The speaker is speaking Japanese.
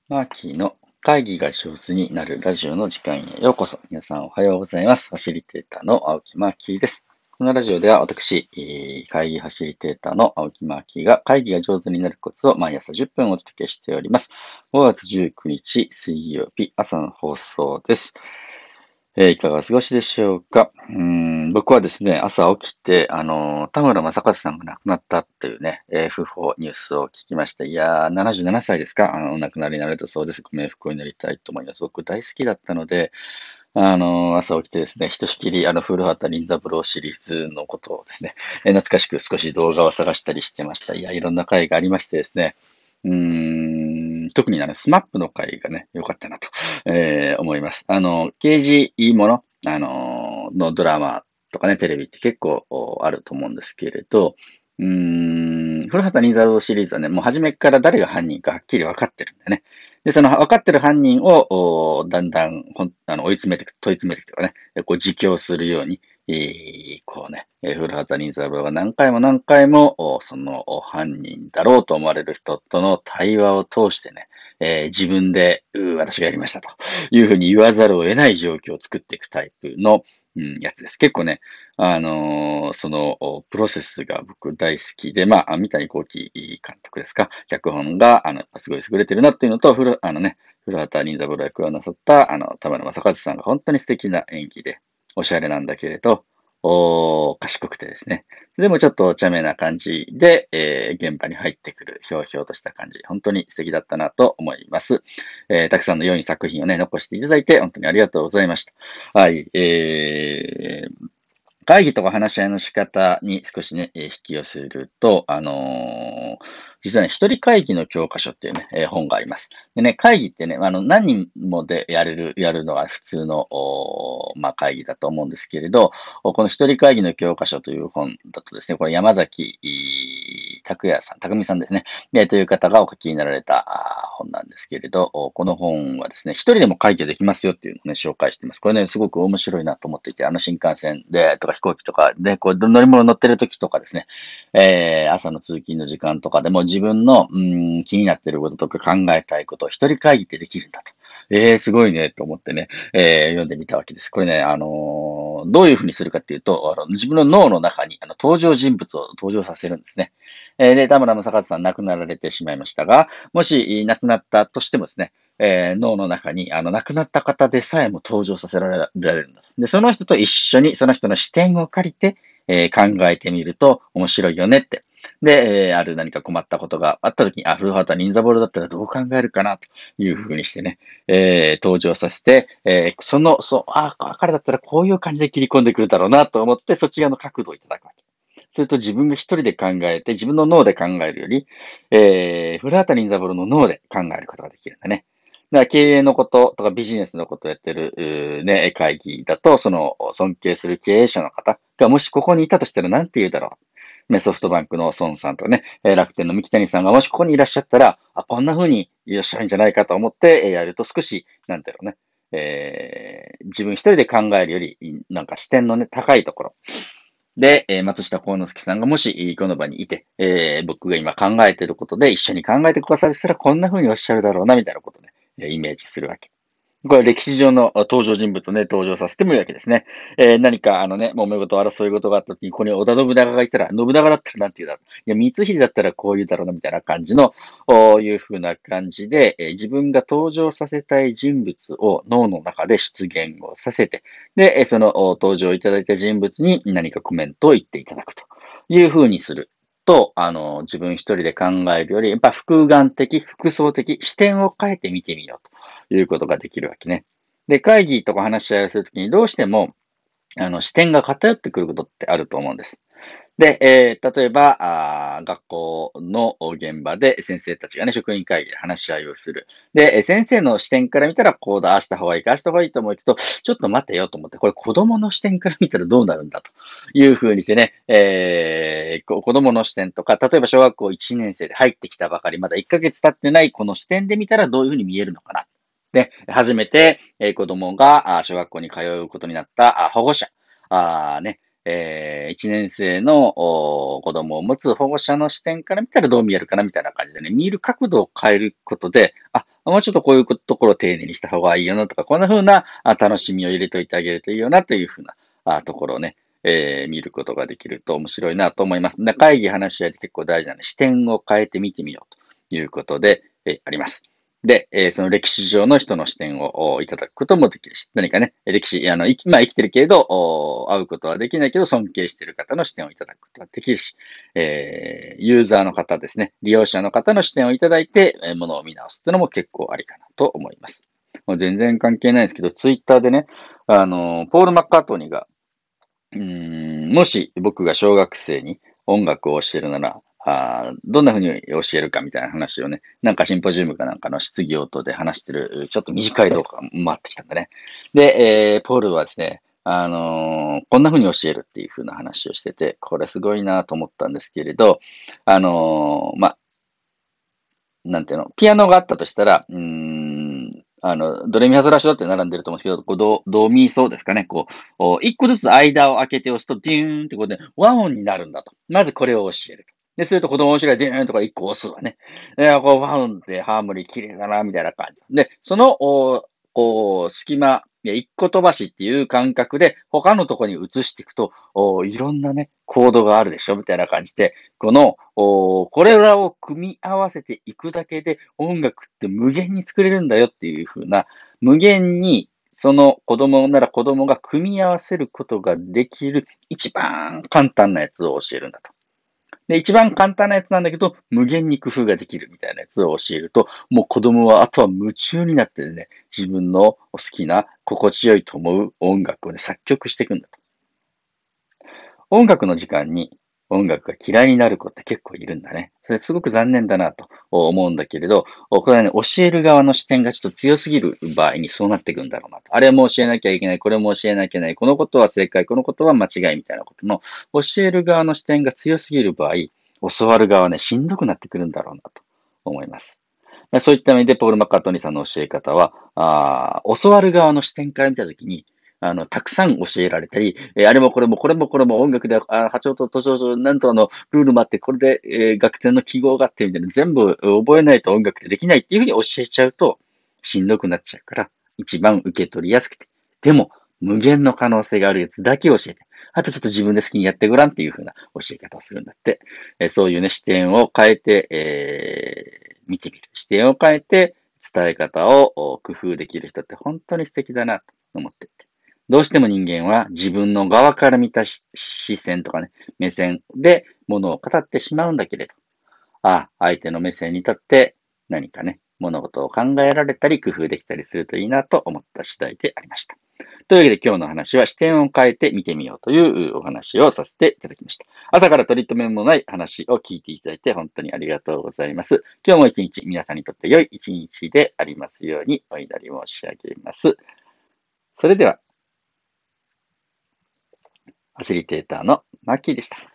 マーキーの会議が上手になるラジオの時間へようこそ。皆さんおはようございます。ファシリテーターの青木マーキーです。このラジオでは私、会議ファシリテーターの青木マーキーが会議が上手になるコツを毎朝10分お届けしております。5月19日水曜日朝の放送です。いかがお過ごしでしょうか。僕はですね、朝起きて、田村正和さんが亡くなったっていうね、訃報ニュースを聞きました。いやー、77歳ですか。お亡くなりになられたそうです。ご冥福を祈りたいと思います。僕大好きだったので、朝起きてですね、ひとしきり、古畑任三郎シリーズのことをですね、懐かしく少し動画を探したりしてました。いや、いろんな回がありましてですね、特にスマップの回がね、良かったなと、思います。刑事もの、のドラマとかね、テレビって結構あると思うんですけれど、古畑任三郎シリーズはね、もう初めから誰が犯人かはっきり分かってるんだよね。で、その分かってる犯人を、だんだん、追い詰めていく、問い詰めていくとかね、こう自供するように、こうね、古畑任三郎が何回も何回も、その犯人だろうと思われる人との対話を通してね、自分で、私がやりましたというふうに言わざるを得ない状況を作っていくタイプの、やつです。結構ね、そのプロセスが僕大好きで、三谷幸喜監督ですか、脚本が、やっぱすごい優れてるなっていうのと、古畑任三郎役をなさった、田村正和さんが本当に素敵な演技で、おしゃれなんだけれど、賢くてですね。でもちょっとお茶目な感じで、現場に入ってくる、ひょうひょうとした感じ、本当に素敵だったなと思います。たくさんの良い作品をね、残していただいて、本当にありがとうございました。はい、会議とか話し合いの仕方に少しね、引き寄せると、実はね、一人会議の教科書っていうね、本があります。でね、会議ってね、何人もでやるのが普通の、会議だと思うんですけれど、この一人会議の教科書という本だとですね、これ山崎拓海さんですね、という方がお書きになられた本なんですけれど、この本はですね、一人でも会議できますよっていうのをね、紹介しています。これね、すごく面白いなと思っていて、新幹線でとか飛行機とかで、こう乗り物乗ってる時とかですね、朝の通勤の時間とかでも自分の気になっていることとか考えたいことを一人会議ってできるんだと。すごいね、と思ってね、読んでみたわけです。これね、どういうふうにするかっていうと、自分の脳の中に登場人物を登場させるんですね。で、田村正和さん亡くなられてしまいましたが、もし亡くなったとしてもですね、脳の中に亡くなった方でさえも登場させられるんだと。で、その人と一緒にその人の視点を借りて、考えてみると面白いよねって。で、ある何か困ったことがあった時に、古畑任三郎だったらどう考えるかなというふうにしてね、登場させて、彼だったらこういう感じで切り込んでくるだろうなと思って、そっち側の角度をいただくわけ。それと自分が一人で考えて、自分の脳で考えるより、古畑任三郎の脳で考えることができるんだね。だから経営のこととかビジネスのことをやってる、ね、会議だと、その尊敬する経営者の方がもしここにいたとしたら何て言うだろう。ね、ソフトバンクの孫さんとかね、楽天の三木谷さんがもしここにいらっしゃったら、こんな風にいらっしゃるんじゃないかと思って、やると少し、なんていうのね、自分一人で考えるより、なんか視点のね、高いところ。で、松下幸之助さんがもし、この場にいて、僕が今考えていることで一緒に考えてくださったら、こんな風におっしゃるだろうな、みたいなことで、イメージするわけ。これ歴史上の登場人物をね、登場させてもいいわけですね。何か揉め事、争い事があった時に、ここに織田信長がいたら、信長だったらなんて言うだろう。いや、光秀だったらこう言うだろうな、みたいな感じの、いう風な感じで、自分が登場させたい人物を脳の中で出現をさせて、で、その登場いただいた人物に何かコメントを言っていただくという風にする。と、自分一人で考えるより、やっぱ複眼的、複層的、視点を変えて見てみようということができるわけね。で、会議とか話し合いをするときにどうしても、視点が偏ってくることってあると思うんです。で、例えば、学校の現場で先生たちがね、職員会議で話し合いをする。で、先生の視点から見たら、こうだ、ああした方がいいか、ああした方がいいと思うけど、ちょっと待てよと思って、これ子供の視点から見たらどうなるんだというふうにしてね、子供の視点とか、例えば小学校1年生で入ってきたばかり、まだ1ヶ月経ってないこの視点で見たらどういうふうに見えるのかな。で、初めて、子供が小学校に通うことになった保護者、ね、1年生の子供を持つ保護者の視点から見たらどう見えるかなみたいな感じでね、見る角度を変えることで、 もうちょっとこういうところを丁寧にした方がいいよなとか、こんな風な楽しみを入れといてあげるといいよなという風なところをね、見ることができると面白いなと思います。で会議話し合いで結構大事なので、視点を変えて見てみようということで、あります。で、その歴史上の人の視点をいただくこともできるし、何かね、歴史、まあ生きてるけれど、会うことはできないけど、尊敬している方の視点をいただくことができるし、ユーザーの方ですね、利用者の方の視点をいただいて、ものを見直すっていうのも結構ありかなと思います。もう全然関係ないですけど、ツイッターでね、ポール・マッカートニーが、もし僕が小学生に音楽を教えるなら、どんな風に教えるかみたいな話をね、なんかシンポジウムかなんかの質疑応答で話してる、ちょっと短い動画が回ってきたんだね。で、ポールはですね、こんな風に教えるっていう風な話をしてて、これすごいなと思ったんですけれど、まあ、なんていうの、ピアノがあったとしたら、ドレミファソラシドって並んでると思うんですけど、こうドミソですかね、一個ずつ間を開けて押すと、デューンってことで、和音になるんだと。まずこれを教えると。で、すると子供面白いデューンとか一個押すわね。和音ってハーモニー綺麗だな、みたいな感じ。で、その、隙間、一個飛ばしっていう感覚で、他のとこに移していくと、いろんなね、コードがあるでしょみたいな感じで、これらを組み合わせていくだけで音楽って無限に作れるんだよっていう風な、無限にその子供なら子供が組み合わせることができる一番簡単なやつを教えるんだと。で、一番簡単なやつなんだけど、無限に工夫ができるみたいなやつを教えると、もう子供はあとは夢中になってね、自分の好きな心地よいと思う音楽をね、作曲していくんだと。音楽の時間に音楽が嫌いになる子って結構いるんだね。それすごく残念だなと思うんだけれど、これはね、教える側の視点がちょっと強すぎる場合にそうなっていくんだろうなと。あれも教えなきゃいけない、これも教えなきゃいけない、このことは正解、このことは間違いみたいなことの教える側の視点が強すぎる場合、教わる側はね、しんどくなってくるんだろうなと思います。そういった意味で、ポール・マッカートニーさんの教え方は、教わる側の視点から見たときに、たくさん教えられたり、あれもこれもこれもこれも音楽で、波長と途上となんとルールもあって、これで、楽天の記号があってみたいな、全部覚えないと音楽でできないっていうふうに教えちゃうと、しんどくなっちゃうから、一番受け取りやすくて、でも、無限の可能性があるやつだけ教えて、あとちょっと自分で好きにやってごらんっていうふうな教え方をするんだって。そういうね、視点を変えて、見てみる。視点を変えて、伝え方を工夫できる人って本当に素敵だなと思っていて。どうしても人間は自分の側から見た視線とかね、目線で物を語ってしまうんだけれど、相手の目線に立って何かね、物事を考えられたり工夫できたりするといいなと思った次第でありました。というわけで今日の話は視点を変えて見てみようというお話をさせていただきました。朝から取り留めもない話を聞いていただいて本当にありがとうございます。今日も一日皆さんにとって良い一日でありますようにお祈り申し上げます。それでは、ファシリテーターのマッキーでした。